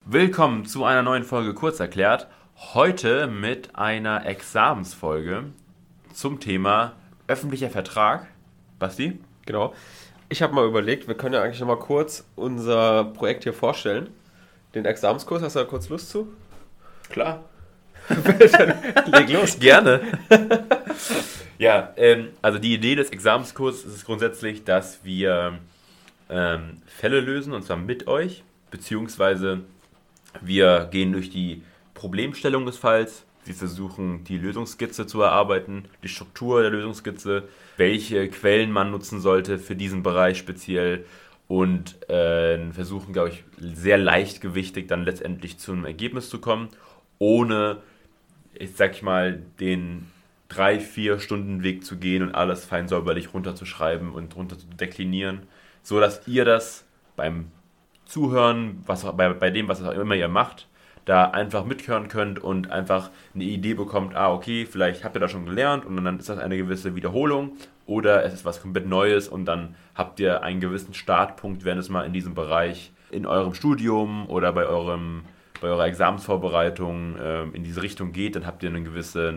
Willkommen zu einer neuen Folge Kurzerklärt. Heute mit einer Examensfolge zum Thema öffentlicher Vertrag. Basti? Genau. Ich habe mal überlegt, wir können ja eigentlich noch mal kurz unser Projekt hier vorstellen. Den Examenskurs, hast du da kurz Lust zu? Klar. Dann leg los. Gerne. Ja, also die Idee des Examenskurses ist grundsätzlich, dass wir Fälle lösen, und zwar mit euch, beziehungsweise wir gehen durch die Problemstellung des Falls, wir versuchen die Lösungsskizze zu erarbeiten, die Struktur der Lösungsskizze, welche Quellen man nutzen sollte für diesen Bereich speziell und versuchen, glaube ich, sehr leichtgewichtig dann letztendlich zu einem Ergebnis zu kommen, ohne, ich sag mal, den 3-4 Stunden Weg zu gehen und alles fein säuberlich runterzuschreiben und runter zu deklinieren, so dass ihr das beim Zuhören, bei dem, was auch immer ihr macht, da einfach mithören könnt und einfach eine Idee bekommt, okay, vielleicht habt ihr das schon gelernt und dann ist das eine gewisse Wiederholung oder es ist was komplett Neues und dann habt ihr einen gewissen Startpunkt, wenn es mal in diesem Bereich in eurem Studium oder bei eurer Examensvorbereitung in diese Richtung geht, dann habt ihr eine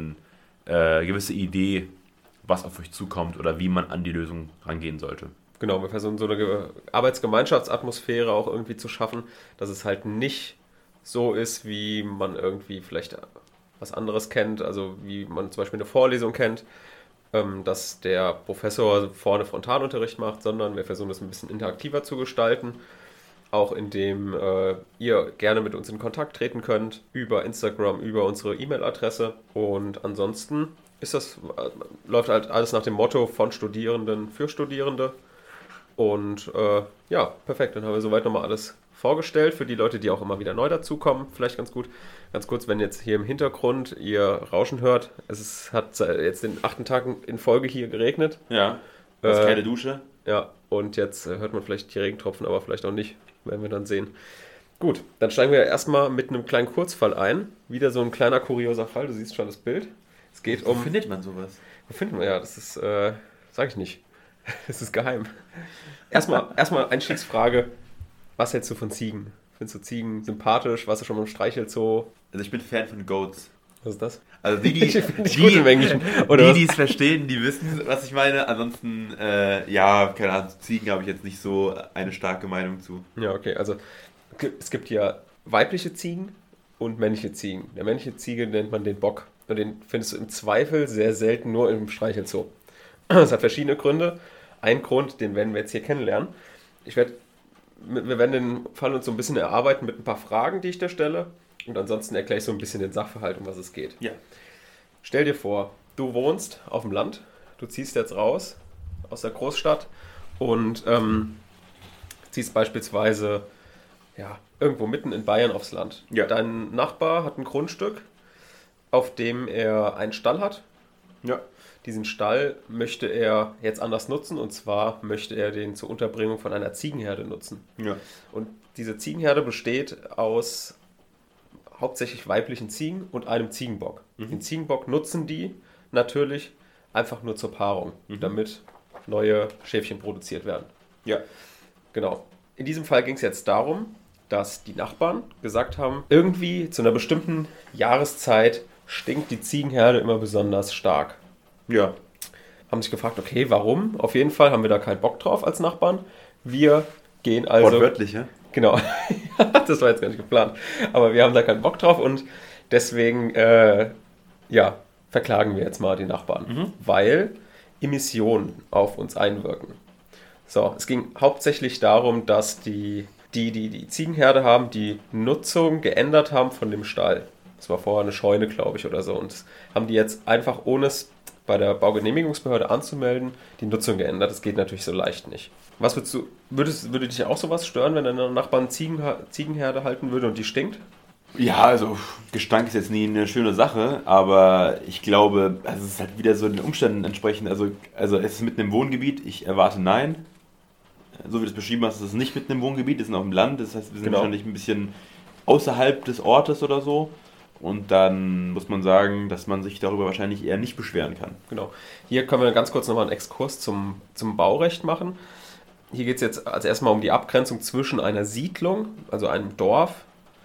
gewisse Idee, was auf euch zukommt oder wie man an die Lösung rangehen sollte. Genau, wir versuchen so eine Arbeitsgemeinschaftsatmosphäre auch irgendwie zu schaffen, dass es halt nicht so ist, wie man irgendwie vielleicht was anderes kennt, also wie man zum Beispiel eine Vorlesung kennt, dass der Professor vorne Frontalunterricht macht, sondern wir versuchen das ein bisschen interaktiver zu gestalten, auch indem ihr gerne mit uns in Kontakt treten könnt, über Instagram, über unsere E-Mail-Adresse, und ansonsten läuft halt alles nach dem Motto von Studierenden für Studierende. Und ja, perfekt, dann haben wir soweit nochmal alles vorgestellt für die Leute, die auch immer wieder neu dazukommen. Vielleicht ganz kurz, wenn jetzt hier im Hintergrund ihr Rauschen hört, hat jetzt den 8. Tag in Folge hier geregnet. Ja, das ist keine Dusche. Ja, und jetzt hört man vielleicht die Regentropfen, aber vielleicht auch nicht, werden wir dann sehen. Gut, dann steigen wir erstmal mit einem kleinen Kurzfall ein. Wieder so ein kleiner kurioser Fall, du siehst schon das Bild. Es geht Wo findet man sowas? Wo findet man, ja, das ist, sag ich nicht. Das ist geheim. Erstmal Einstiegsfrage. Was hältst du von Ziegen? Findest du Ziegen sympathisch? Warst du schon mal im Streichelzoo? Also ich bin Fan von Goats. Was ist das? Also die es verstehen, die wissen, was ich meine. Ansonsten, keine Ahnung, zu Ziegen habe ich jetzt nicht so eine starke Meinung zu. Ja, okay. Also es gibt ja weibliche Ziegen und männliche Ziegen. Der männliche Ziege nennt man den Bock. Und den findest du im Zweifel sehr selten nur im Streichelzoo. Das hat verschiedene Gründe. Ein Grund, den werden wir jetzt hier kennenlernen. Wir werden den Fall uns so ein bisschen erarbeiten mit ein paar Fragen, die ich dir stelle. Und ansonsten erkläre ich so ein bisschen den Sachverhalt, um was es geht. Ja. Stell dir vor, du wohnst auf dem Land. Du ziehst jetzt raus aus der Großstadt und ziehst beispielsweise irgendwo mitten in Bayern aufs Land. Ja. Dein Nachbar hat ein Grundstück, auf dem er einen Stall hat. Ja. Diesen Stall möchte er jetzt anders nutzen, und zwar möchte er den zur Unterbringung von einer Ziegenherde nutzen. Ja. Und diese Ziegenherde besteht aus hauptsächlich weiblichen Ziegen und einem Ziegenbock. Den Ziegenbock nutzen die natürlich einfach nur zur Paarung, damit neue Schäfchen produziert werden. Ja. Genau. In diesem Fall ging es jetzt darum, dass die Nachbarn gesagt haben, irgendwie zu einer bestimmten Jahreszeit stinkt die Ziegenherde immer besonders stark. Ja. Haben sich gefragt, okay, warum? Auf jeden Fall haben wir da keinen Bock drauf als Nachbarn. Wir gehen also... Wortwörtlich, ja? Genau. Das war jetzt gar nicht geplant. Aber wir haben da keinen Bock drauf und deswegen, verklagen wir jetzt mal die Nachbarn. Weil Emissionen auf uns einwirken. So, es ging hauptsächlich darum, dass die Ziegenherde haben, die Nutzung geändert haben von dem Stall. Das war vorher eine Scheune, glaube ich, oder so. Und das haben die jetzt einfach, ohne es bei der Baugenehmigungsbehörde anzumelden, die Nutzung geändert. Das geht natürlich so leicht nicht. Was würde dich auch sowas stören, wenn deine Nachbarn Ziegenherde halten würde und die stinkt? Ja, also Gestank ist jetzt nie eine schöne Sache, aber ich glaube, es ist halt wieder so den Umständen entsprechend. Also es ist mitten im Wohngebiet, ich erwarte nein. So wie du es beschrieben hast, ist es nicht mitten im Wohngebiet, wir sind auf dem Land, das heißt, wir sind wahrscheinlich ein bisschen außerhalb des Ortes oder so. Und dann muss man sagen, dass man sich darüber wahrscheinlich eher nicht beschweren kann. Genau. Hier können wir ganz kurz nochmal einen Exkurs zum Baurecht machen. Hier geht es jetzt als erstmal um die Abgrenzung zwischen einer Siedlung, also einem Dorf,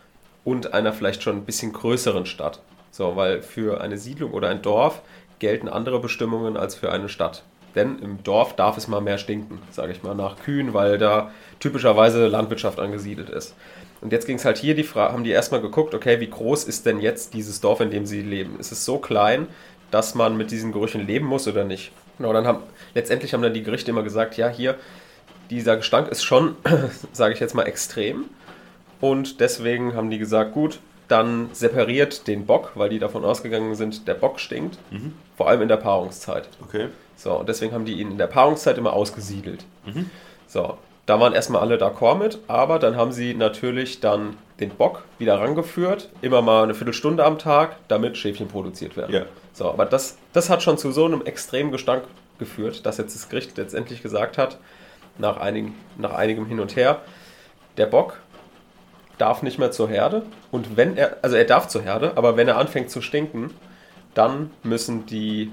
und einer vielleicht schon ein bisschen größeren Stadt. So, weil für eine Siedlung oder ein Dorf gelten andere Bestimmungen als für eine Stadt. Denn im Dorf darf es mal mehr stinken, sage ich mal, nach Kühen, weil da typischerweise Landwirtschaft angesiedelt ist. Und jetzt ging es halt hier, haben die erstmal geguckt, okay, wie groß ist denn jetzt dieses Dorf, in dem sie leben? Ist es so klein, dass man mit diesen Gerüchen leben muss oder nicht? Genau, letztendlich haben dann die Gerichte immer gesagt, ja, hier, dieser Gestank ist schon, sage ich jetzt mal, extrem. Und deswegen haben die gesagt, gut, dann separiert den Bock, weil die davon ausgegangen sind, der Bock stinkt, vor allem in der Paarungszeit. Okay. So, und deswegen haben die ihn in der Paarungszeit immer ausgesiedelt. So, da waren erstmal alle d'accord mit, aber dann haben sie natürlich dann den Bock wieder rangeführt, immer mal eine Viertelstunde am Tag, damit Schäfchen produziert werden. Ja. So, aber das hat schon zu so einem extremen Gestank geführt, dass jetzt das Gericht letztendlich gesagt hat, nach einigem Hin und Her, der Bock darf nicht mehr zur Herde und er darf zur Herde, aber wenn er anfängt zu stinken, dann müssen die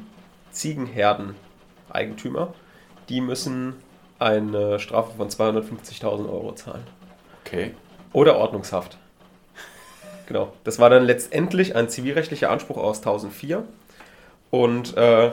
Ziegenherden-Eigentümer, die müssen eine Strafe von 250.000 Euro zahlen. Okay. Oder Ordnungshaft. Genau. Das war dann letztendlich ein zivilrechtlicher Anspruch aus 1004 und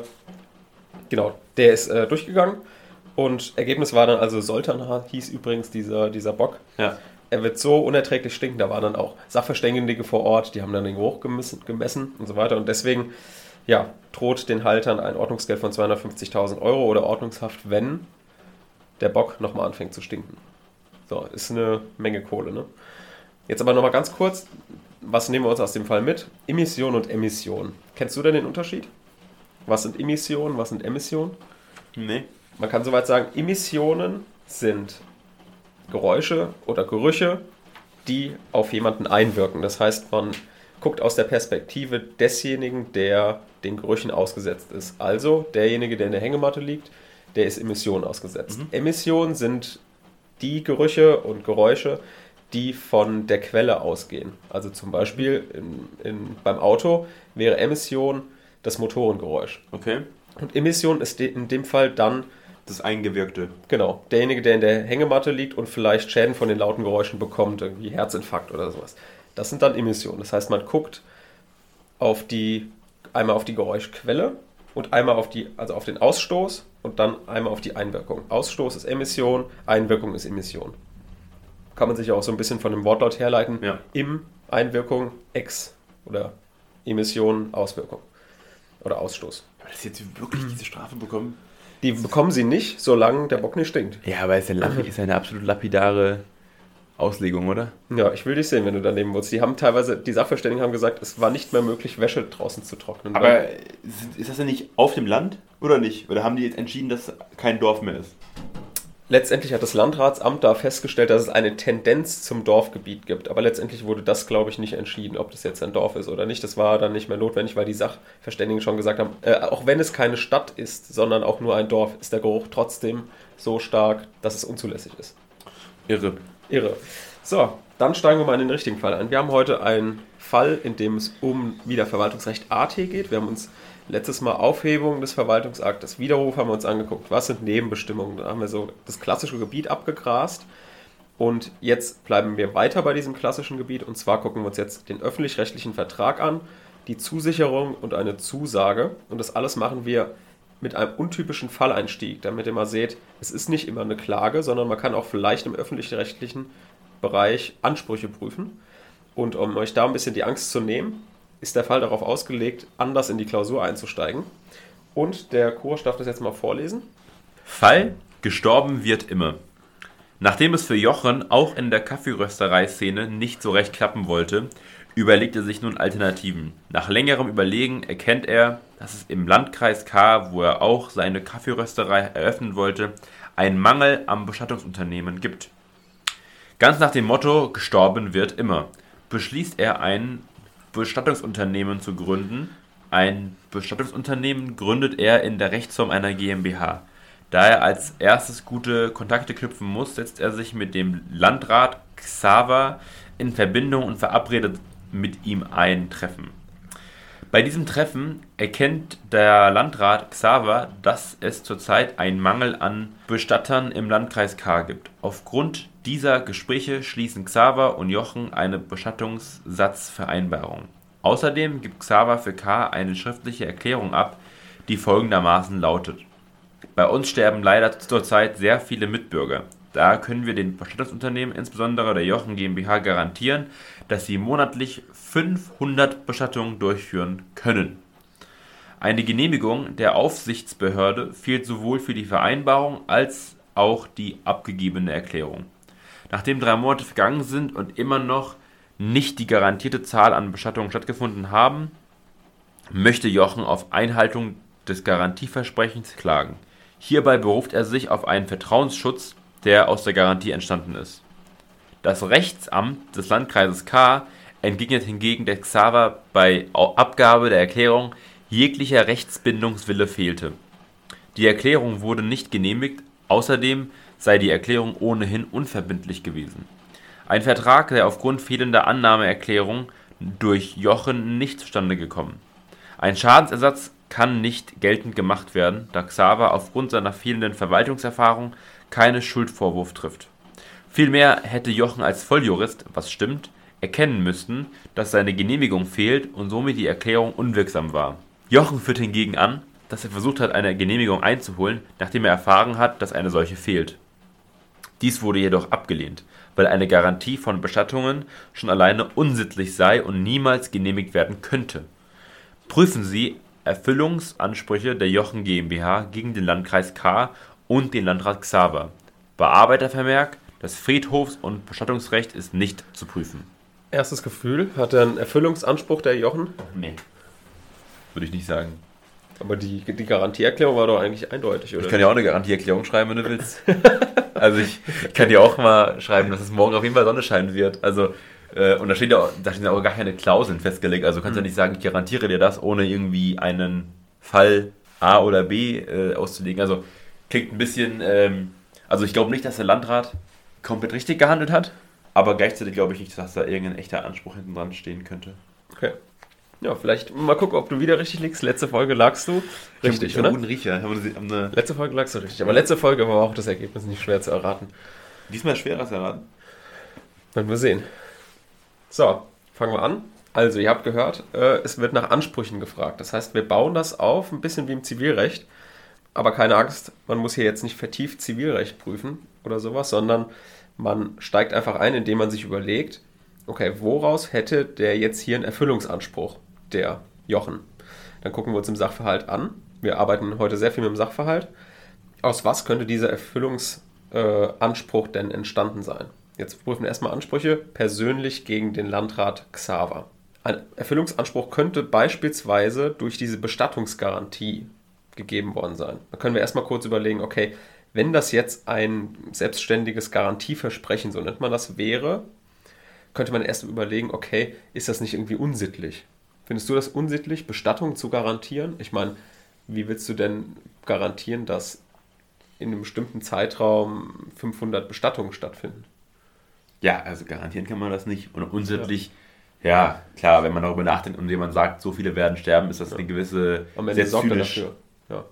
genau, der ist durchgegangen und Ergebnis war dann also Soltan hieß übrigens dieser Bock. Ja. Er wird so unerträglich stinken, da waren dann auch Sachverständige vor Ort, die haben dann den Geruch gemessen und so weiter. Und deswegen droht den Haltern ein Ordnungsgeld von 250.000 Euro oder Ordnungshaft, wenn der Bock nochmal anfängt zu stinken. So, ist eine Menge Kohle, ne? Jetzt aber nochmal ganz kurz, was nehmen wir uns aus dem Fall mit? Emission und Emission. Kennst du denn den Unterschied? Was sind Emissionen, was sind Emissionen? Nee. Man kann soweit sagen, Emissionen sind Geräusche oder Gerüche, die auf jemanden einwirken. Das heißt, man guckt aus der Perspektive desjenigen, der den Gerüchen ausgesetzt ist. Also derjenige, der in der Hängematte liegt, der ist Emissionen ausgesetzt. Emissionen sind die Gerüche und Geräusche, die von der Quelle ausgehen. Also zum Beispiel beim Auto wäre Emission das Motorengeräusch. Okay. Und Emission ist in dem Fall dann das Eingewirkte. Genau, derjenige, der in der Hängematte liegt und vielleicht Schäden von den lauten Geräuschen bekommt, irgendwie Herzinfarkt oder sowas. Das sind dann Emissionen. Das heißt, man guckt einmal auf die Geräuschquelle und einmal auf den Ausstoß und dann einmal auf die Einwirkung. Ausstoß ist Emission, Einwirkung ist Emission. Kann man sich auch so ein bisschen von dem Wortlaut herleiten. Ja. Einwirkung, Ex oder Emission, Auswirkung oder Ausstoß. Aber dass sie jetzt wirklich diese Strafe bekommen? Die bekommen sie nicht, solange der Bock nicht stinkt. Ja, aber ist ja eine absolut lapidare Auslegung, oder? Ja, ich will dich sehen, wenn du daneben wohnst. Die Sachverständigen haben gesagt, es war nicht mehr möglich, Wäsche draußen zu trocknen. Aber ist das denn nicht auf dem Land oder nicht? Oder haben die jetzt entschieden, dass kein Dorf mehr ist? Letztendlich hat das Landratsamt da festgestellt, dass es eine Tendenz zum Dorfgebiet gibt. Aber letztendlich wurde das, glaube ich, nicht entschieden, ob das jetzt ein Dorf ist oder nicht. Das war dann nicht mehr notwendig, weil die Sachverständigen schon gesagt haben, auch wenn es keine Stadt ist, sondern auch nur ein Dorf, ist der Geruch trotzdem so stark, dass es unzulässig ist. Irre. So, dann steigen wir mal in den richtigen Fall ein. Wir haben heute einen Fall, in dem es um Wiederverwaltungsrecht AT geht. Wir haben uns letztes Mal Aufhebung des Verwaltungsaktes, Widerruf haben wir uns angeguckt. Was sind Nebenbestimmungen? Da haben wir so das klassische Gebiet abgegrast. Und jetzt bleiben wir weiter bei diesem klassischen Gebiet. Und zwar gucken wir uns jetzt den öffentlich-rechtlichen Vertrag an, die Zusicherung und eine Zusage. Und das alles machen wir mit einem untypischen Falleinstieg, damit ihr mal seht, es ist nicht immer eine Klage, sondern man kann auch vielleicht im öffentlich-rechtlichen Bereich Ansprüche prüfen. Und um euch da ein bisschen die Angst zu nehmen, ist der Fall darauf ausgelegt, anders in die Klausur einzusteigen. Und der Kurs darf das jetzt mal vorlesen. Fall: Gestorben wird immer. Nachdem es für Jochen auch in der Kaffeerösterei-Szene nicht so recht klappen wollte, überlegt er sich nun Alternativen. Nach längerem Überlegen erkennt er, dass es im Landkreis K., wo er auch seine Kaffeerösterei eröffnen wollte, einen Mangel am Bestattungsunternehmen gibt. Ganz nach dem Motto Gestorben wird immer beschließt er, ein Bestattungsunternehmen zu gründen. Ein Bestattungsunternehmen gründet er in der Rechtsform einer GmbH. Da er als erstes gute Kontakte knüpfen muss, setzt er sich mit dem Landrat Xaver in Verbindung und verabredet mit ihm ein Treffen. Bei diesem Treffen erkennt der Landrat Xaver, dass es zurzeit einen Mangel an Bestattern im Landkreis K gibt. Aufgrund dieser Gespräche schließen Xaver und Jochen eine Bestattungssatzvereinbarung. Außerdem gibt Xaver für K eine schriftliche Erklärung ab, die folgendermaßen lautet: Bei uns sterben leider zurzeit sehr viele Mitbürger. Da können wir den Bestattungsunternehmen, insbesondere der Jochen GmbH, garantieren, dass sie monatlich 500 Bestattungen durchführen können. Eine Genehmigung der Aufsichtsbehörde fehlt sowohl für die Vereinbarung als auch die abgegebene Erklärung. Nachdem 3 Monate vergangen sind und immer noch nicht die garantierte Zahl an Bestattungen stattgefunden haben, möchte Jochen auf Einhaltung des Garantieversprechens klagen. Hierbei beruft er sich auf einen Vertrauensschutz, der aus der Garantie entstanden ist. Das Rechtsamt des Landkreises K entgegnet hingegen, dass Xaver bei Abgabe der Erklärung jeglicher Rechtsbindungswille fehlte. Die Erklärung wurde nicht genehmigt, außerdem sei die Erklärung ohnehin unverbindlich gewesen. Ein Vertrag, der aufgrund fehlender Annahmeerklärung durch Jochen nicht zustande gekommen. Ein Schadensersatz kann nicht geltend gemacht werden, da Xaver aufgrund seiner fehlenden Verwaltungserfahrung keinen Schuldvorwurf trifft. Vielmehr hätte Jochen als Volljurist, was stimmt, erkennen müssen, dass seine Genehmigung fehlt und somit die Erklärung unwirksam war. Jochen führt hingegen an, dass er versucht hat, eine Genehmigung einzuholen, nachdem er erfahren hat, dass eine solche fehlt. Dies wurde jedoch abgelehnt, weil eine Garantie von Bestattungen schon alleine unsittlich sei und niemals genehmigt werden könnte. Prüfen Sie Erfüllungsansprüche der Jochen GmbH gegen den Landkreis K und den Landrat Xaver. Bearbeitervermerk: Das Friedhofs- und Bestattungsrecht ist nicht zu prüfen. Erstes Gefühl, hat er einen Erfüllungsanspruch, der Jochen? Nee. Würde ich nicht sagen. Aber die Garantieerklärung war doch eigentlich eindeutig, oder? Ich kann ja auch eine Garantieerklärung schreiben, wenn du willst. Also ich kann dir auch mal schreiben, dass es morgen auf jeden Fall Sonne scheinen wird. Also, und da stehen ja auch gar keine Klauseln festgelegt. Also du kannst ja nicht sagen, ich garantiere dir das, ohne irgendwie einen Fall A oder B auszulegen. Also klingt ein bisschen, also ich glaube nicht, dass der Landrat komplett richtig gehandelt hat, aber gleichzeitig glaube ich nicht, dass da irgendein echter Anspruch hinten dran stehen könnte. Okay. Ja, vielleicht mal gucken, ob du wieder richtig liegst. Letzte Folge lagst du richtig, oder? Guten Riecher. Letzte Folge lagst du richtig. Aber letzte Folge war auch das Ergebnis nicht schwer zu erraten. Diesmal schwerer zu erraten. Werden wir sehen. So, fangen wir an. Also, ihr habt gehört, es wird nach Ansprüchen gefragt. Das heißt, wir bauen das auf, ein bisschen wie im Zivilrecht. Aber keine Angst, man muss hier jetzt nicht vertieft Zivilrecht prüfen oder sowas, sondern man steigt einfach ein, indem man sich überlegt, okay, woraus hätte der jetzt hier einen Erfüllungsanspruch, der Jochen? Dann gucken wir uns im Sachverhalt an. Wir arbeiten heute sehr viel mit dem Sachverhalt. Aus was könnte dieser Erfüllungsanspruch denn entstanden sein? Jetzt prüfen wir erstmal Ansprüche persönlich gegen den Landrat Xaver. Ein Erfüllungsanspruch könnte beispielsweise durch diese Bestattungsgarantie gegeben worden sein. Da können wir erstmal kurz überlegen, okay, wenn das jetzt ein selbstständiges Garantieversprechen, so nennt man das, wäre, könnte man erst überlegen, okay, ist das nicht irgendwie unsittlich? Findest du das unsittlich, Bestattung zu garantieren? Ich meine, wie willst du denn garantieren, dass in einem bestimmten Zeitraum 500 Bestattungen stattfinden? Ja, also garantieren kann man das nicht. Und unsittlich, ja klar, wenn man darüber nachdenkt und jemand sagt, so viele werden sterben, ist das eine gewisse... Am Ende sorgt er dafür. Ja,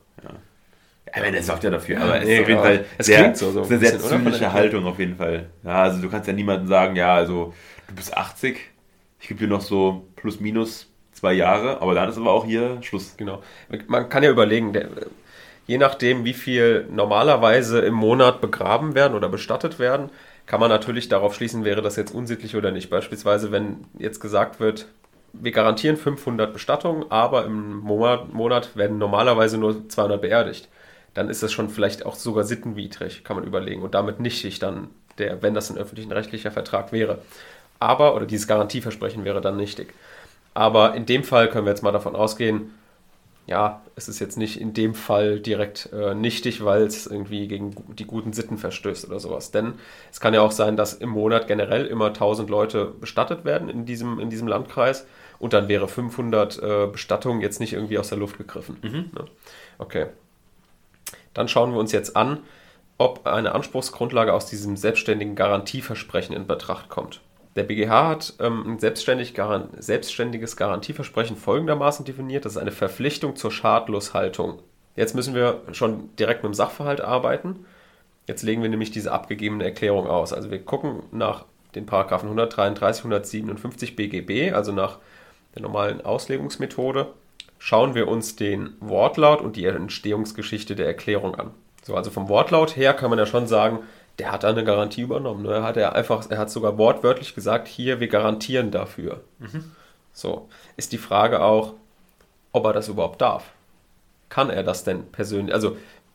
am Ende sorgt er dafür, aber nee, es ist auf jeden Fall klingt so eine sehr zynische Haltung auf jeden Fall. Ja, also du kannst ja niemandem sagen, ja, also du bist 80, ich gebe dir noch so plus minus 2 Jahre, aber dann ist aber auch hier Schluss. Genau. Man kann ja überlegen, je nachdem, wie viel normalerweise im Monat begraben werden oder bestattet werden, kann man natürlich darauf schließen, wäre das jetzt unsittlich oder nicht. Beispielsweise, wenn jetzt gesagt wird, wir garantieren 500 Bestattungen, aber im Monat werden normalerweise nur 200 beerdigt. Dann ist das schon vielleicht auch sogar sittenwidrig, kann man überlegen. Und damit nichtig dann, wenn das ein öffentlich-rechtlicher Vertrag wäre. Oder dieses Garantieversprechen wäre dann nichtig. Aber in dem Fall können wir jetzt mal davon ausgehen, ja, es ist jetzt nicht in dem Fall direkt nichtig, weil es irgendwie gegen die guten Sitten verstößt oder sowas. Denn es kann ja auch sein, dass im Monat generell immer 1000 Leute bestattet werden in diesem Landkreis und dann wäre 500 Bestattungen jetzt nicht irgendwie aus der Luft gegriffen. Mhm. Okay. Dann schauen wir uns jetzt an, ob eine Anspruchsgrundlage aus diesem selbstständigen Garantieversprechen in Betracht kommt. Der BGH hat ein selbstständiges Garantieversprechen folgendermaßen definiert: Das ist eine Verpflichtung zur Schadloshaltung. Jetzt müssen wir schon direkt mit dem Sachverhalt arbeiten. Jetzt legen wir nämlich diese abgegebene Erklärung aus. Also wir gucken nach den Paragraphen 133, 157 BGB, also nach der normalen Auslegungsmethode, schauen wir uns den Wortlaut und die Entstehungsgeschichte der Erklärung an. So, also vom Wortlaut her kann man ja schon sagen, der hat da eine Garantie übernommen. Er hat sogar wortwörtlich gesagt, hier, wir garantieren dafür. So, ist die Frage auch, ob er das überhaupt darf. Kann er das denn persönlich, also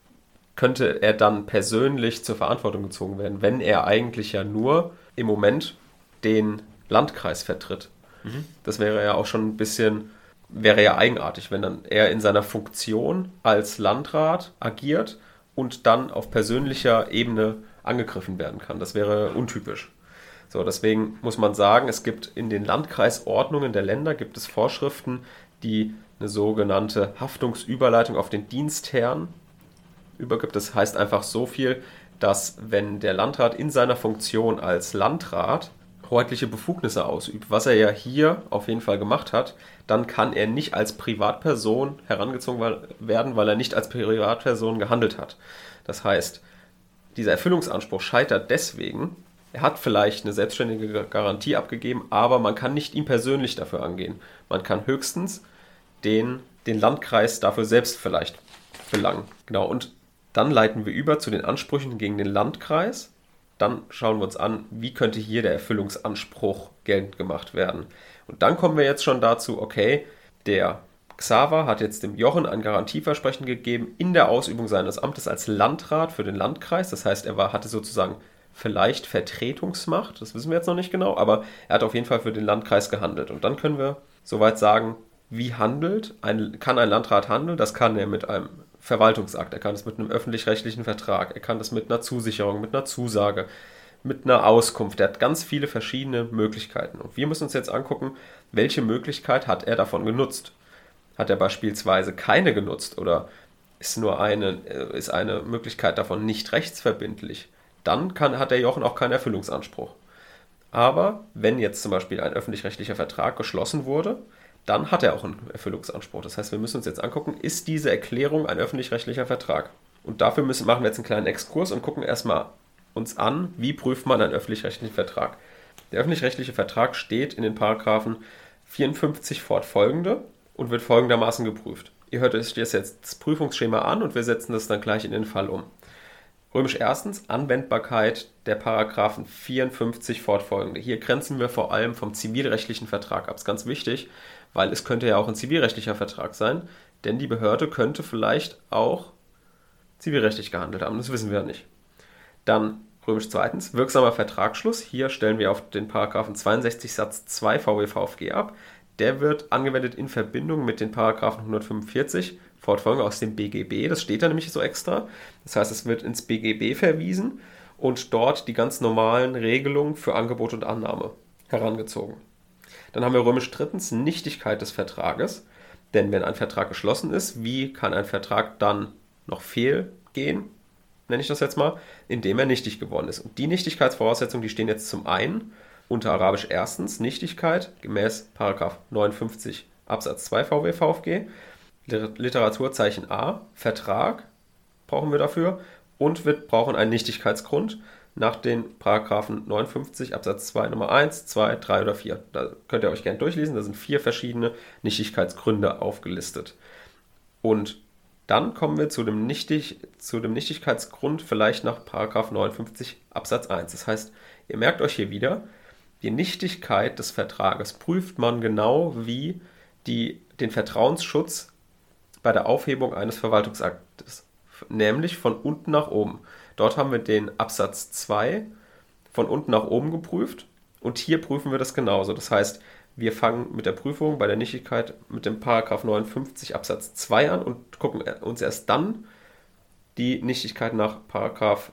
könnte er dann persönlich zur Verantwortung gezogen werden, wenn er eigentlich ja nur im Moment den Landkreis vertritt? Das wäre ja auch schon ein bisschen, wäre ja eigenartig, wenn dann er in seiner Funktion als Landrat agiert und dann auf persönlicher Ebene angegriffen werden kann. Das wäre untypisch. So, deswegen muss man sagen, es gibt in den Landkreisordnungen der Länder gibt es Vorschriften, die eine sogenannte Haftungsüberleitung auf den Dienstherrn übergibt. Das heißt einfach so viel, dass wenn der Landrat in seiner Funktion als Landrat hoheitliche Befugnisse ausübt, was er ja hier auf jeden Fall gemacht hat, dann kann er nicht als Privatperson herangezogen werden, weil er nicht als Privatperson gehandelt hat. Das heißt, dieser Erfüllungsanspruch scheitert deswegen, er hat vielleicht eine selbstständige Garantie abgegeben, aber man kann nicht ihn persönlich dafür angehen. Man kann höchstens den Landkreis dafür selbst vielleicht belangen. Genau, und dann leiten wir über zu den Ansprüchen gegen den Landkreis. Dann schauen wir uns an, wie könnte hier der Erfüllungsanspruch geltend gemacht werden. Und dann kommen wir jetzt schon dazu, okay, der Xaver hat jetzt dem Jochen ein Garantieversprechen gegeben in der Ausübung seines Amtes als Landrat für den Landkreis. Das heißt, er hatte sozusagen vielleicht Vertretungsmacht, das wissen wir jetzt noch nicht genau, aber er hat auf jeden Fall für den Landkreis gehandelt. Und dann können wir soweit sagen, wie kann ein Landrat handeln? Das kann er mit einem Verwaltungsakt, er kann es mit einem öffentlich-rechtlichen Vertrag, er kann das mit einer Zusicherung, mit einer Zusage, mit einer Auskunft. Er hat ganz viele verschiedene Möglichkeiten. Und wir müssen uns jetzt angucken, welche Möglichkeit hat er davon genutzt? Hat er beispielsweise keine genutzt oder ist eine Möglichkeit davon nicht rechtsverbindlich? Dann hat der Jochen auch keinen Erfüllungsanspruch. Aber wenn jetzt zum Beispiel ein öffentlich-rechtlicher Vertrag geschlossen wurde, dann hat er auch einen Erfüllungsanspruch. Das heißt, wir müssen uns jetzt angucken, ist diese Erklärung ein öffentlich-rechtlicher Vertrag? Und dafür machen wir jetzt einen kleinen Exkurs und gucken erstmal uns an, wie prüft man einen öffentlich-rechtlichen Vertrag. Der öffentlich-rechtliche Vertrag steht in den Paragraphen 54 fortfolgende und wird folgendermaßen geprüft. Ihr hört euch jetzt das Prüfungsschema an und wir setzen das dann gleich in den Fall um. Römisch erstens, Anwendbarkeit der Paragraphen 54 fortfolgende. Hier grenzen wir vor allem vom zivilrechtlichen Vertrag ab. Das ist ganz wichtig, weil es könnte ja auch ein zivilrechtlicher Vertrag sein, denn die Behörde könnte vielleicht auch zivilrechtlich gehandelt haben. Das wissen wir nicht. Dann römisch zweitens, wirksamer Vertragsschluss. Hier stellen wir auf den Paragraphen 62 Satz 2 VWVFG ab. Der wird angewendet in Verbindung mit den Paragraphen 145 fortfolgende aus dem BGB. Das steht da nämlich so extra. Das heißt, es wird ins BGB verwiesen und dort die ganz normalen Regelungen für Angebot und Annahme herangezogen. Dann haben wir römisch drittens Nichtigkeit des Vertrages. Denn wenn ein Vertrag geschlossen ist, wie kann ein Vertrag dann noch fehlgehen, nenne ich das jetzt mal, indem er nichtig geworden ist. Und die Nichtigkeitsvoraussetzungen, die stehen jetzt zum einen unter Arabisch erstens Nichtigkeit gemäß Paragraph 59 Absatz 2 VWVFG, Literaturzeichen A, Vertrag brauchen wir dafür und wir brauchen einen Nichtigkeitsgrund nach den Paragraphen 59 Absatz 2 Nummer 1, 2, 3 oder 4. Da könnt ihr euch gerne durchlesen, da sind 4 verschiedene Nichtigkeitsgründe aufgelistet. Und dann kommen wir zu dem Nichtigkeitsgrund vielleicht nach Paragraph 59 Absatz 1. Das heißt, ihr merkt euch hier wieder, die Nichtigkeit des Vertrages prüft man genau wie den Vertrauensschutz bei der Aufhebung eines Verwaltungsaktes, nämlich von unten nach oben. Dort haben wir den Absatz 2 von unten nach oben geprüft und hier prüfen wir das genauso. Das heißt, wir fangen mit der Prüfung bei der Nichtigkeit mit dem Paragraph 59 Absatz 2 an und gucken uns erst dann die Nichtigkeit nach Paragraph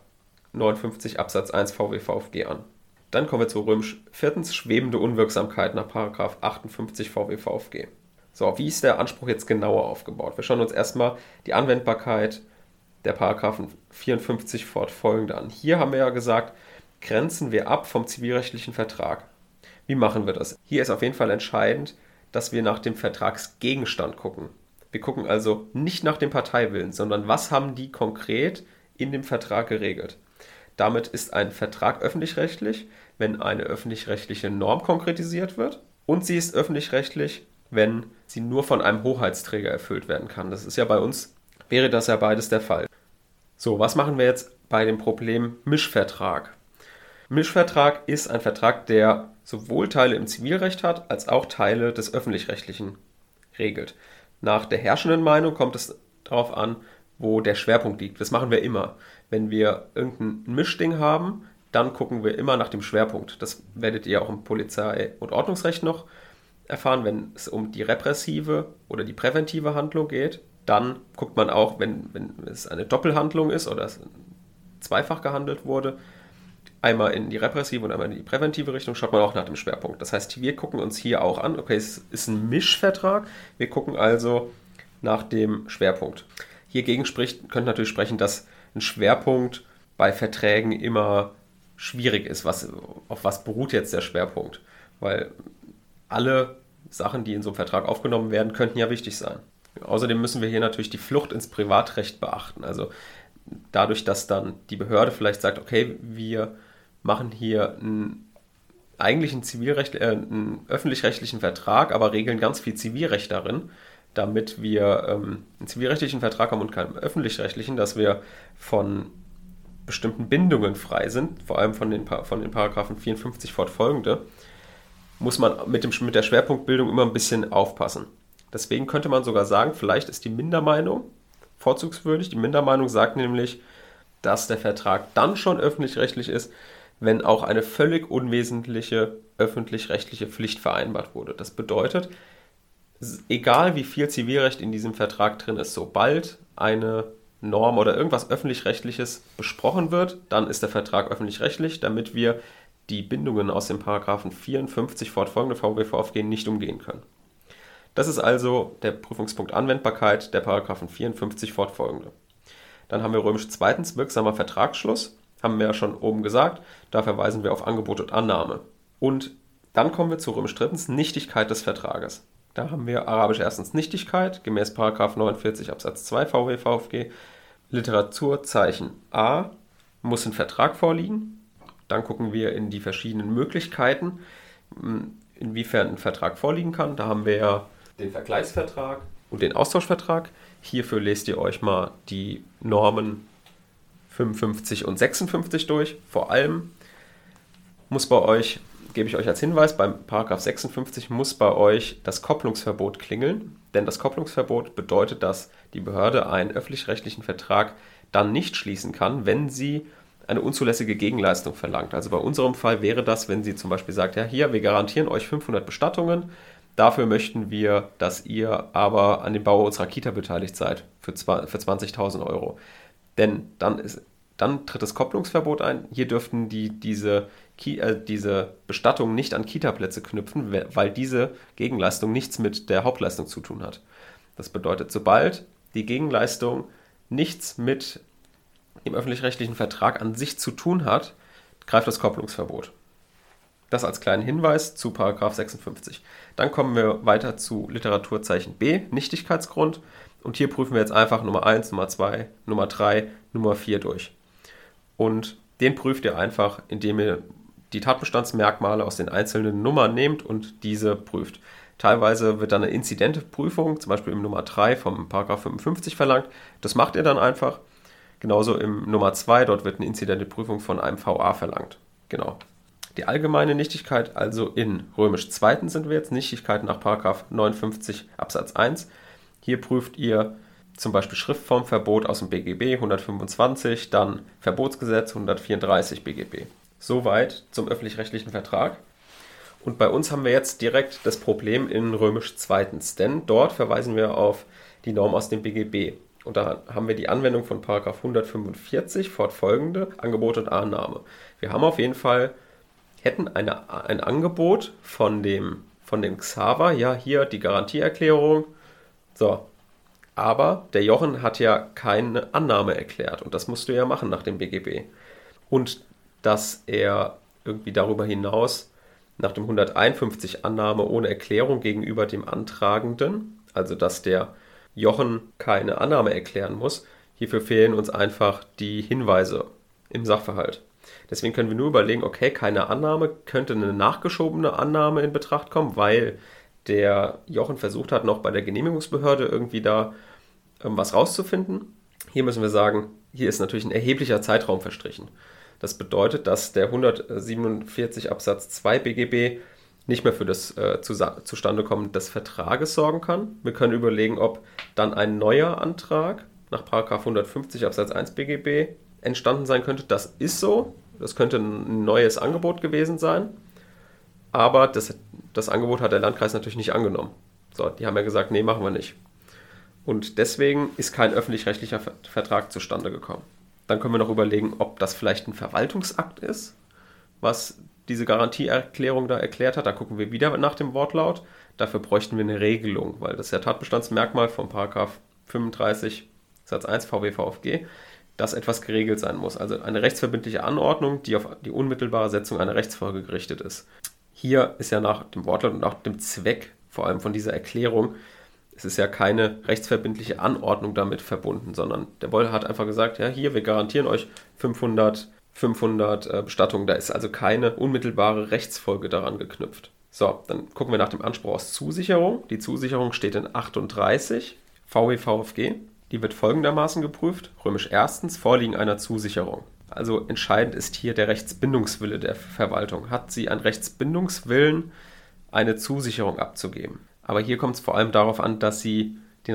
59 Absatz 1 VWVFG an. Dann kommen wir zu römisch viertens, schwebende Unwirksamkeit nach Paragraph 58 VWVFG. So, wie ist der Anspruch jetzt genauer aufgebaut? Wir schauen uns erstmal die Anwendbarkeit der Paragraphen 54 fortfolgende an. Hier haben wir ja gesagt, grenzen wir ab vom zivilrechtlichen Vertrag. Wie machen wir das? Hier ist auf jeden Fall entscheidend, dass wir nach dem Vertragsgegenstand gucken. Wir gucken also nicht nach dem Parteiwillen, sondern was haben die konkret in dem Vertrag geregelt. Damit ist ein Vertrag öffentlich-rechtlich, wenn eine öffentlich-rechtliche Norm konkretisiert wird, und sie ist öffentlich-rechtlich, wenn sie nur von einem Hoheitsträger erfüllt werden kann. Das ist ja bei uns, wäre das ja beides der Fall. So, was machen wir jetzt bei dem Problem Mischvertrag? Mischvertrag ist ein Vertrag, der sowohl Teile im Zivilrecht hat, als auch Teile des öffentlich-rechtlichen regelt. Nach der herrschenden Meinung kommt es darauf an, wo der Schwerpunkt liegt. Das machen wir immer. Wenn wir irgendein Mischding haben, dann gucken wir immer nach dem Schwerpunkt. Das werdet ihr auch im Polizei- und Ordnungsrecht noch erfahren. Wenn es um die repressive oder die präventive Handlung geht, dann guckt man auch, wenn es eine Doppelhandlung ist oder es zweifach gehandelt wurde, einmal in die repressive und einmal in die präventive Richtung, schaut man auch nach dem Schwerpunkt. Das heißt, wir gucken uns hier auch an, okay, es ist ein Mischvertrag, wir gucken also nach dem Schwerpunkt. Hiergegen könnte natürlich sprechen, dass ein Schwerpunkt bei Verträgen immer schwierig ist. Auf was beruht jetzt der Schwerpunkt? Weil alle Sachen, die in so einem Vertrag aufgenommen werden, könnten ja wichtig sein. Außerdem müssen wir hier natürlich die Flucht ins Privatrecht beachten. Also dadurch, dass dann die Behörde vielleicht sagt, okay, wir machen hier einen öffentlich-rechtlichen Vertrag, aber regeln ganz viel Zivilrecht darin, damit wir einen zivilrechtlichen Vertrag haben und keinen öffentlich-rechtlichen, dass wir von bestimmten Bindungen frei sind, vor allem von den Paragraphen 54 fortfolgende, muss man mit der Schwerpunktbildung immer ein bisschen aufpassen. Deswegen könnte man sogar sagen, vielleicht ist die Mindermeinung vorzugswürdig. Die Mindermeinung sagt nämlich, dass der Vertrag dann schon öffentlich-rechtlich ist, wenn auch eine völlig unwesentliche öffentlich-rechtliche Pflicht vereinbart wurde. Das bedeutet, egal wie viel Zivilrecht in diesem Vertrag drin ist, sobald eine Norm oder irgendwas öffentlich-rechtliches besprochen wird, dann ist der Vertrag öffentlich-rechtlich, damit wir die Bindungen aus den Paragraphen 54 fortfolgende VWVFG nicht umgehen können. Das ist also der Prüfungspunkt Anwendbarkeit der Paragraphen 54 fortfolgende. Dann haben wir römisch zweitens wirksamer Vertragsschluss, haben wir ja schon oben gesagt, da verweisen wir auf Angebot und Annahme. Und dann kommen wir zu römisch drittens Nichtigkeit des Vertrages. Da haben wir arabisch erstens Nichtigkeit, gemäß Paragraph 49 Absatz 2 VWVFG. Literaturzeichen A muss ein Vertrag vorliegen. Dann gucken wir in die verschiedenen Möglichkeiten, inwiefern ein Vertrag vorliegen kann. Da haben wir ja den Vergleichsvertrag und den Austauschvertrag. Hierfür lest ihr euch mal die Normen 55 und 56 durch. Vor allem muss bei euch, gebe ich euch als Hinweis, beim Paragraph 56 muss bei euch das Kopplungsverbot klingeln, denn das Kopplungsverbot bedeutet, dass die Behörde einen öffentlich-rechtlichen Vertrag dann nicht schließen kann, wenn sie eine unzulässige Gegenleistung verlangt. Also bei unserem Fall wäre das, wenn sie zum Beispiel sagt, ja hier, wir garantieren euch 500 Bestattungen, dafür möchten wir, dass ihr aber an dem Bau unserer Kita beteiligt seid für 20.000 Euro. Denn dann tritt das Kopplungsverbot ein. Hier dürften diese Bestattung nicht an Kita-Plätze knüpfen, weil diese Gegenleistung nichts mit der Hauptleistung zu tun hat. Das bedeutet, sobald die Gegenleistung nichts mit dem öffentlich-rechtlichen Vertrag an sich zu tun hat, greift das Kopplungsverbot. Das als kleinen Hinweis zu Paragraph 56. Dann kommen wir weiter zu Literaturzeichen B, Nichtigkeitsgrund. Und hier prüfen wir jetzt einfach Nummer 1, Nummer 2, Nummer 3, Nummer 4 durch. Und den prüft ihr einfach, indem ihr die Tatbestandsmerkmale aus den einzelnen Nummern nehmt und diese prüft. Teilweise wird dann eine inzidente Prüfung, zum Beispiel im Nummer 3 vom Paragraph 55 verlangt. Das macht ihr dann einfach. Genauso im Nummer 2, dort wird eine inzidente Prüfung von einem VA verlangt. Genau. Die allgemeine Nichtigkeit, also in römisch zweiten sind wir jetzt, Nichtigkeit nach Paragraph 59 Absatz 1. Hier prüft ihr zum Beispiel Schriftformverbot aus dem BGB 125, dann Verbotsgesetz 134 BGB. Soweit zum öffentlich-rechtlichen Vertrag. Und bei uns haben wir jetzt direkt das Problem in römisch zweitens, denn dort verweisen wir auf die Norm aus dem BGB. Und da haben wir die Anwendung von Paragraph 145 fortfolgende Angebot und Annahme. Wir haben auf jeden Fall, hätten ein Angebot von dem Xaver, ja hier die Garantieerklärung, so, aber der Jochen hat ja keine Annahme erklärt und das musst du ja machen nach dem BGB. Und dass er irgendwie darüber hinaus Nach dem 151 Annahme ohne Erklärung gegenüber dem Antragenden, also dass der Jochen keine Annahme erklären muss. Hierfür fehlen uns einfach die Hinweise im Sachverhalt. Deswegen können wir nur überlegen, okay, keine Annahme, könnte eine nachgeschobene Annahme in Betracht kommen, weil der Jochen versucht hat, noch bei der Genehmigungsbehörde irgendwie da was rauszufinden. Hier müssen wir sagen, hier ist natürlich ein erheblicher Zeitraum verstrichen. Das bedeutet, dass der 147 Absatz 2 BGB nicht mehr für das Zustandekommen des Vertrages sorgen kann. Wir können überlegen, ob dann ein neuer Antrag nach § 150 Absatz 1 BGB entstanden sein könnte. Das ist so. Das könnte ein neues Angebot gewesen sein. Aber das Angebot hat der Landkreis natürlich nicht angenommen. So, die haben ja gesagt, nee, machen wir nicht. Und deswegen ist kein öffentlich-rechtlicher Vertrag zustande gekommen. Dann können wir noch überlegen, ob das vielleicht ein Verwaltungsakt ist, was diese Garantieerklärung da erklärt hat. Da gucken wir wieder nach dem Wortlaut. Dafür bräuchten wir eine Regelung, weil das ist ja Tatbestandsmerkmal vom § 35 Satz 1 VWVFG, dass etwas geregelt sein muss. Also eine rechtsverbindliche Anordnung, die auf die unmittelbare Setzung einer Rechtsfolge gerichtet ist. Hier ist ja nach dem Wortlaut und nach dem Zweck, vor allem von dieser Erklärung, es ist ja keine rechtsverbindliche Anordnung damit verbunden, sondern der Boll hat einfach gesagt, ja, hier, wir garantieren euch 500 Bestattungen. Da ist also keine unmittelbare Rechtsfolge daran geknüpft. So, dann gucken wir nach dem Anspruch aus Zusicherung. Die Zusicherung steht in 38 VWVFG. Die wird folgendermaßen geprüft. Römisch erstens, Vorliegen einer Zusicherung. Also entscheidend ist hier der Rechtsbindungswille der Verwaltung. Hat sie einen Rechtsbindungswillen, eine Zusicherung abzugeben? Aber hier kommt es vor allem darauf an, dass sie den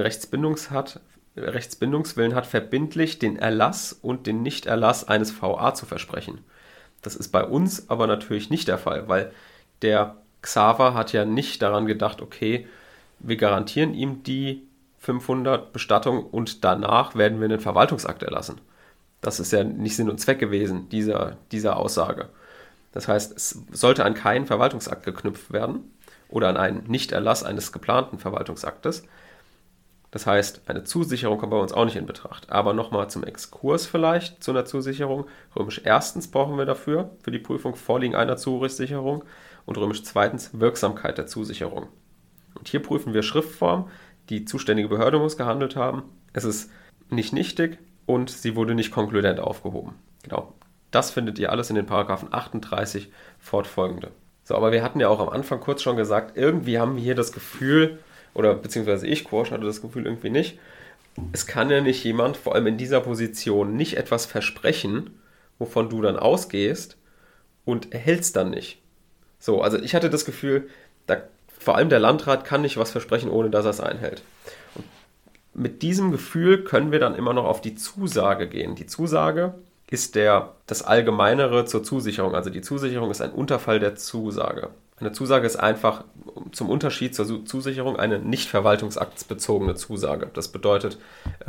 Rechtsbindungswillen hat, verbindlich den Erlass und den Nichterlass eines VA zu versprechen. Das ist bei uns aber natürlich nicht der Fall, weil der Xaver hat ja nicht daran gedacht, okay, wir garantieren ihm die 500 Bestattungen und danach werden wir einen Verwaltungsakt erlassen. Das ist ja nicht Sinn und Zweck gewesen, dieser Aussage. Das heißt, es sollte an keinen Verwaltungsakt geknüpft werden oder an einen Nichterlass eines geplanten Verwaltungsaktes. Das heißt, eine Zusicherung kommt bei uns auch nicht in Betracht. Aber nochmal zum Exkurs vielleicht zu einer Zusicherung. Römisch erstens brauchen wir dafür, für die Prüfung Vorliegen einer Zurücksicherung und römisch zweitens Wirksamkeit der Zusicherung. Und hier prüfen wir Schriftform. Die zuständige Behörde muss gehandelt haben. Es ist nicht nichtig und sie wurde nicht konkludent aufgehoben. Genau. Das findet ihr alles in den Paragraphen 38 fortfolgende. So, aber wir hatten ja auch am Anfang kurz schon gesagt, irgendwie haben wir hier das Gefühl, oder beziehungsweise ich, Quosch, hatte das Gefühl irgendwie nicht, es kann ja nicht jemand, vor allem in dieser Position, nicht etwas versprechen, wovon du dann ausgehst und erhältst dann nicht. So, also ich hatte das Gefühl, vor allem der Landrat kann nicht was versprechen, ohne dass er es einhält. Und mit diesem Gefühl können wir dann immer noch auf die Zusage gehen. Die Zusage ist das Allgemeinere zur Zusicherung. Also die Zusicherung ist ein Unterfall der Zusage. Eine Zusage ist einfach zum Unterschied zur Zusicherung eine nicht verwaltungsaktsbezogene Zusage. Das bedeutet,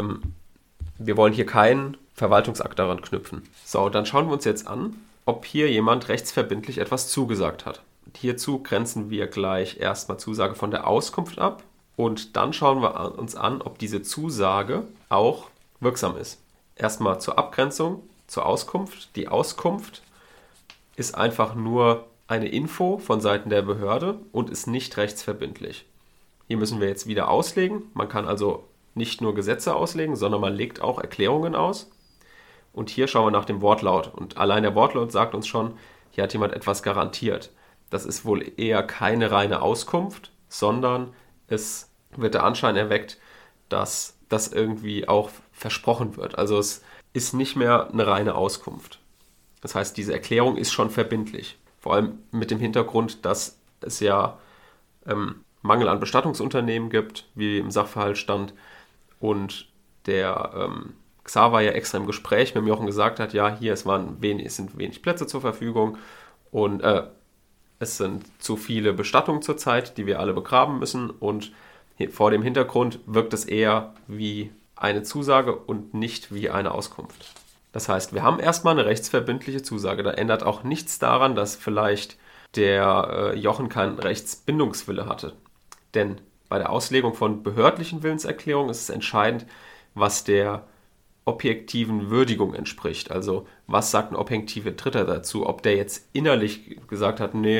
wir wollen hier keinen Verwaltungsakt daran knüpfen. So, dann schauen wir uns jetzt an, ob hier jemand rechtsverbindlich etwas zugesagt hat. Hierzu grenzen wir gleich erstmal Zusage von der Auskunft ab und dann schauen wir uns an, ob diese Zusage auch wirksam ist. Erstmal zur Abgrenzung, zur Auskunft. Die Auskunft ist einfach nur eine Info von Seiten der Behörde und ist nicht rechtsverbindlich. Hier müssen wir jetzt wieder auslegen. Man kann also nicht nur Gesetze auslegen, sondern man legt auch Erklärungen aus. Und hier schauen wir nach dem Wortlaut. Und allein der Wortlaut sagt uns schon, hier hat jemand etwas garantiert. Das ist wohl eher keine reine Auskunft, sondern es wird der Anschein erweckt, dass das irgendwie auch versprochen wird. Also es ist nicht mehr eine reine Auskunft. Das heißt, diese Erklärung ist schon verbindlich. Vor allem mit dem Hintergrund, dass es ja Mangel an Bestattungsunternehmen gibt, wie im Sachverhalt stand. Und der Xaver ja extra im Gespräch mit dem Jochen gesagt hat, ja, hier es sind wenig Plätze zur Verfügung und es sind zu viele Bestattungen zurzeit, die wir alle begraben müssen. Und vor dem Hintergrund wirkt es eher wie eine Zusage und nicht wie eine Auskunft. Das heißt, wir haben erstmal eine rechtsverbindliche Zusage. Da ändert auch nichts daran, dass vielleicht der Jochen keinen Rechtsbindungswille hatte. Denn bei der Auslegung von behördlichen Willenserklärungen ist es entscheidend, was der objektiven Würdigung entspricht. Also was sagt ein objektiver Dritter dazu? Ob der jetzt innerlich gesagt hat, nee,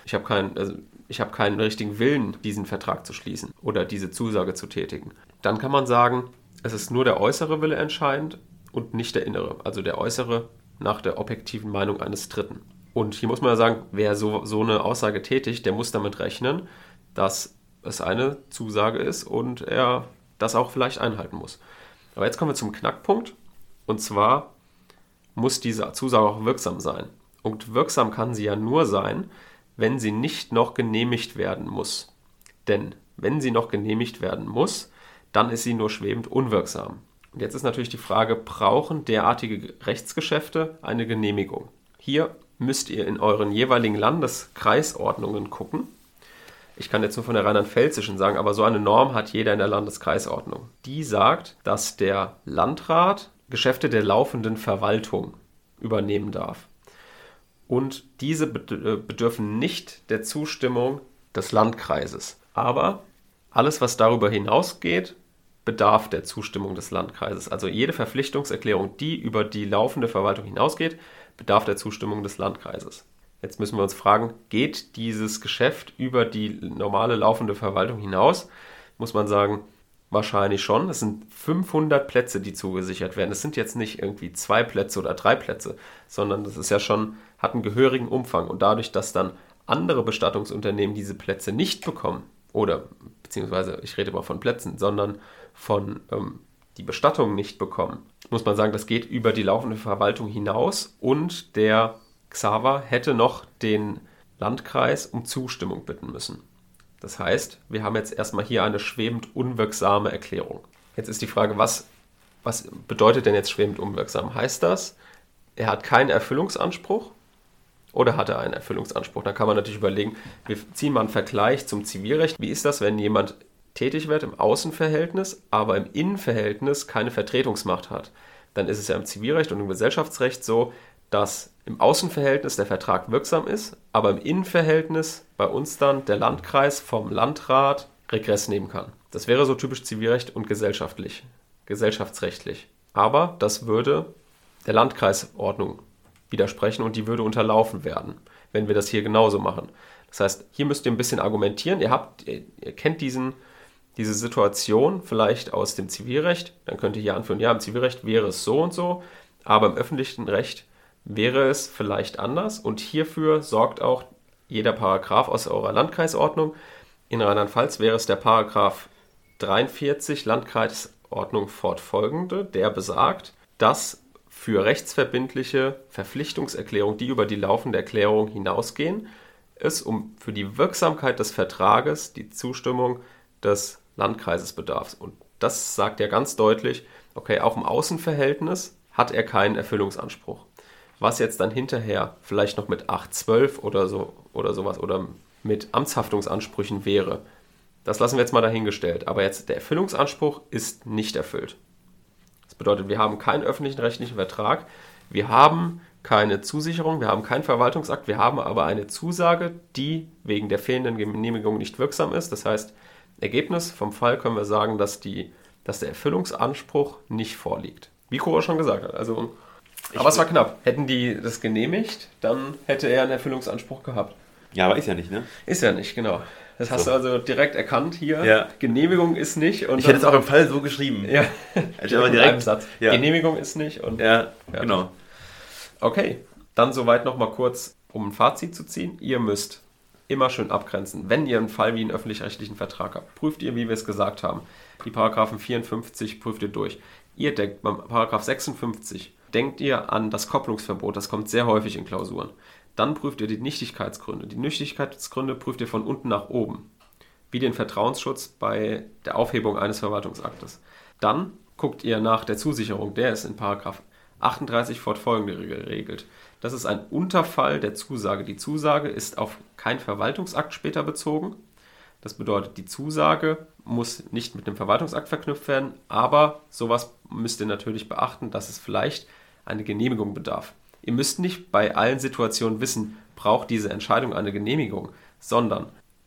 ich habe keinen richtigen Willen, diesen Vertrag zu schließen oder diese Zusage zu tätigen. Dann kann man sagen, es ist nur der äußere Wille entscheidend und nicht der innere. Also der äußere nach der objektiven Meinung eines Dritten. Und hier muss man ja sagen, wer so eine Aussage tätigt, der muss damit rechnen, dass es eine Zusage ist und er das auch vielleicht einhalten muss. Aber jetzt kommen wir zum Knackpunkt. Und zwar muss diese Zusage auch wirksam sein. Und wirksam kann sie ja nur sein, wenn sie nicht noch genehmigt werden muss. Denn wenn sie noch genehmigt werden muss, dann ist sie nur schwebend unwirksam. Und jetzt ist natürlich die Frage, brauchen derartige Rechtsgeschäfte eine Genehmigung? Hier müsst ihr in euren jeweiligen Landeskreisordnungen gucken. Ich kann jetzt nur von der rheinland-pfälzischen sagen, aber so eine Norm hat jeder in der Landeskreisordnung. Die sagt, dass der Landrat Geschäfte der laufenden Verwaltung übernehmen darf. Und diese bedürfen nicht der Zustimmung des Landkreises. Aber alles, was darüber hinausgeht, bedarf der Zustimmung des Landkreises. Also jede Verpflichtungserklärung, die über die laufende Verwaltung hinausgeht, bedarf der Zustimmung des Landkreises. Jetzt müssen wir uns fragen, geht dieses Geschäft über die normale laufende Verwaltung hinaus? Muss man sagen, wahrscheinlich schon. Es sind 500 Plätze, die zugesichert werden. Es sind jetzt nicht irgendwie 2 Plätze oder 3 Plätze, sondern das ist ja schon, hat einen gehörigen Umfang. Und dadurch, dass dann andere Bestattungsunternehmen diese Plätze nicht bekommen, oder beziehungsweise ich rede mal von Plätzen, sondern von die Bestattung nicht bekommen, muss man sagen, das geht über die laufende Verwaltung hinaus und der Xaver hätte noch den Landkreis um Zustimmung bitten müssen. Das heißt, wir haben jetzt erstmal hier eine schwebend unwirksame Erklärung. Jetzt ist die Frage, was bedeutet denn jetzt schwebend unwirksam? Heißt das, er hat keinen Erfüllungsanspruch oder hat er einen Erfüllungsanspruch? Da kann man natürlich überlegen, wir ziehen mal einen Vergleich zum Zivilrecht. Wie ist das, wenn jemand tätig wird im Außenverhältnis, aber im Innenverhältnis keine Vertretungsmacht hat? Dann ist es ja im Zivilrecht und im Gesellschaftsrecht so, dass im Außenverhältnis der Vertrag wirksam ist, aber im Innenverhältnis bei uns dann der Landkreis vom Landrat Regress nehmen kann. Das wäre so typisch Zivilrecht und gesellschaftsrechtlich. Aber das würde der Landkreisordnung widersprechen und die würde unterlaufen werden, wenn wir das hier genauso machen. Das heißt, hier müsst ihr ein bisschen argumentieren. Ihr kennt diese Situation vielleicht aus dem Zivilrecht. Dann könnt ihr hier anführen, ja, im Zivilrecht wäre es so und so, aber im öffentlichen Recht wäre es vielleicht anders. Und hierfür sorgt auch jeder Paragraph aus eurer Landkreisordnung. In Rheinland-Pfalz wäre es der Paragraph 43 Landkreisordnung fortfolgende, der besagt, dass für rechtsverbindliche Verpflichtungserklärungen, die über die laufende Erklärung hinausgehen, es für die Wirksamkeit des Vertrages die Zustimmung des Landkreises bedarf. Und das sagt ja ganz deutlich, okay, auch im Außenverhältnis hat er keinen Erfüllungsanspruch. Was jetzt dann hinterher vielleicht noch mit 812 oder sowas oder mit Amtshaftungsansprüchen wäre, das lassen wir jetzt mal dahingestellt. Aber jetzt der Erfüllungsanspruch ist nicht erfüllt. Das bedeutet, wir haben keinen öffentlichen rechtlichen Vertrag, wir haben keine Zusicherung, wir haben keinen Verwaltungsakt, wir haben aber eine Zusage, die wegen der fehlenden Genehmigung nicht wirksam ist. Das heißt, Ergebnis vom Fall können wir sagen, dass der Erfüllungsanspruch nicht vorliegt. Wie Cora schon gesagt hat. Aber es war knapp. Hätten die das genehmigt, dann hätte er einen Erfüllungsanspruch gehabt. Ja, aber ist ja nicht, ne? Ist ja nicht, genau. Das hast du also direkt erkannt hier. Ja. Genehmigung ist nicht. Und ich hätte es auch im Fall so geschrieben. Ja, aber direkt einem Satz. Ja. Genehmigung ist nicht. Und ja, genau. Okay, dann soweit nochmal kurz, um ein Fazit zu ziehen. Ihr müsst immer schön abgrenzen. Wenn ihr einen Fall wie einen öffentlich-rechtlichen Vertrag habt, prüft ihr, wie wir es gesagt haben. Die Paragraphen 54 prüft ihr durch. Ihr denkt beim Paragraph 56, denkt ihr an das Kopplungsverbot. Das kommt sehr häufig in Klausuren. Dann prüft ihr die Nichtigkeitsgründe. Die Nichtigkeitsgründe prüft ihr von unten nach oben, wie den Vertrauensschutz bei der Aufhebung eines Verwaltungsaktes. Dann guckt ihr nach der Zusicherung. Der ist in Paragraph 38 fortfolgende geregelt. Das ist ein Unterfall der Zusage. Die Zusage ist auf keinen Verwaltungsakt später bezogen. Das bedeutet, die Zusage muss nicht mit dem Verwaltungsakt verknüpft werden, aber sowas müsst ihr natürlich beachten, dass es vielleicht eine Genehmigung bedarf. Ihr müsst nicht bei allen Situationen wissen, braucht diese Entscheidung eine Genehmigung, sondern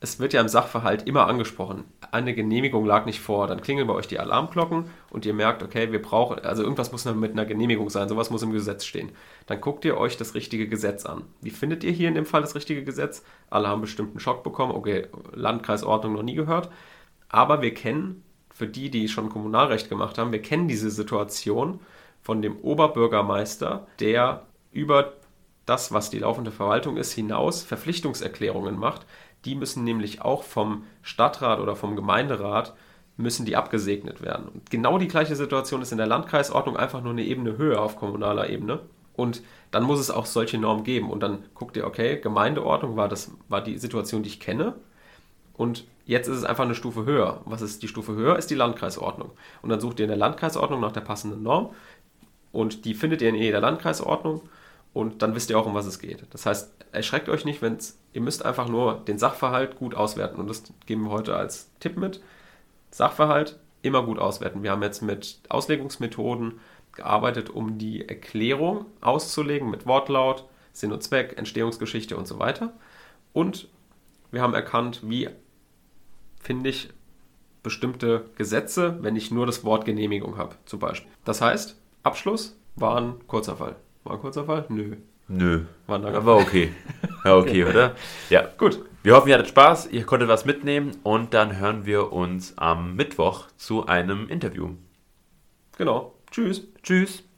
es wird ja im Sachverhalt immer angesprochen, eine Genehmigung lag nicht vor, dann klingeln bei euch die Alarmglocken und ihr merkt, okay, wir brauchen, also irgendwas muss mit einer Genehmigung sein, sowas muss im Gesetz stehen. Dann guckt ihr euch das richtige Gesetz an. Wie findet ihr hier in dem Fall das richtige Gesetz? Alle haben bestimmt einen Schock bekommen, okay, Landkreisordnung noch nie gehört, aber wir kennen, für die schon Kommunalrecht gemacht haben, wir kennen diese Situation von dem Oberbürgermeister, der über das, was die laufende Verwaltung ist, hinaus Verpflichtungserklärungen macht. Die müssen nämlich auch vom Stadtrat oder vom Gemeinderat müssen die abgesegnet werden. Und genau die gleiche Situation ist in der Landkreisordnung, einfach nur eine Ebene höher auf kommunaler Ebene. Und dann muss es auch solche Normen geben. Und dann guckt ihr, okay, Gemeindeordnung war die Situation, die ich kenne. Und jetzt ist es einfach eine Stufe höher. Was ist die Stufe höher? Ist die Landkreisordnung. Und dann sucht ihr in der Landkreisordnung nach der passenden Norm. Und die findet ihr in jeder Landkreisordnung. Und dann wisst ihr auch, um was es geht. Das heißt, erschreckt euch nicht, ihr müsst einfach nur den Sachverhalt gut auswerten. Und das geben wir heute als Tipp mit. Sachverhalt immer gut auswerten. Wir haben jetzt mit Auslegungsmethoden gearbeitet, um die Erklärung auszulegen mit Wortlaut, Sinn und Zweck, Entstehungsgeschichte und so weiter. Und wir haben erkannt, wie finde ich bestimmte Gesetze, wenn ich nur das Wort Genehmigung habe, zum Beispiel. Das heißt, Abschluss war ein kurzer Fall. War ein kurzer Fall? Nö. War ein langer Aber okay. Ja, okay, oder? Ja, gut. Wir hoffen, ihr hattet Spaß, ihr konntet was mitnehmen und dann hören wir uns am Mittwoch zu einem Interview. Genau. Tschüss. Tschüss.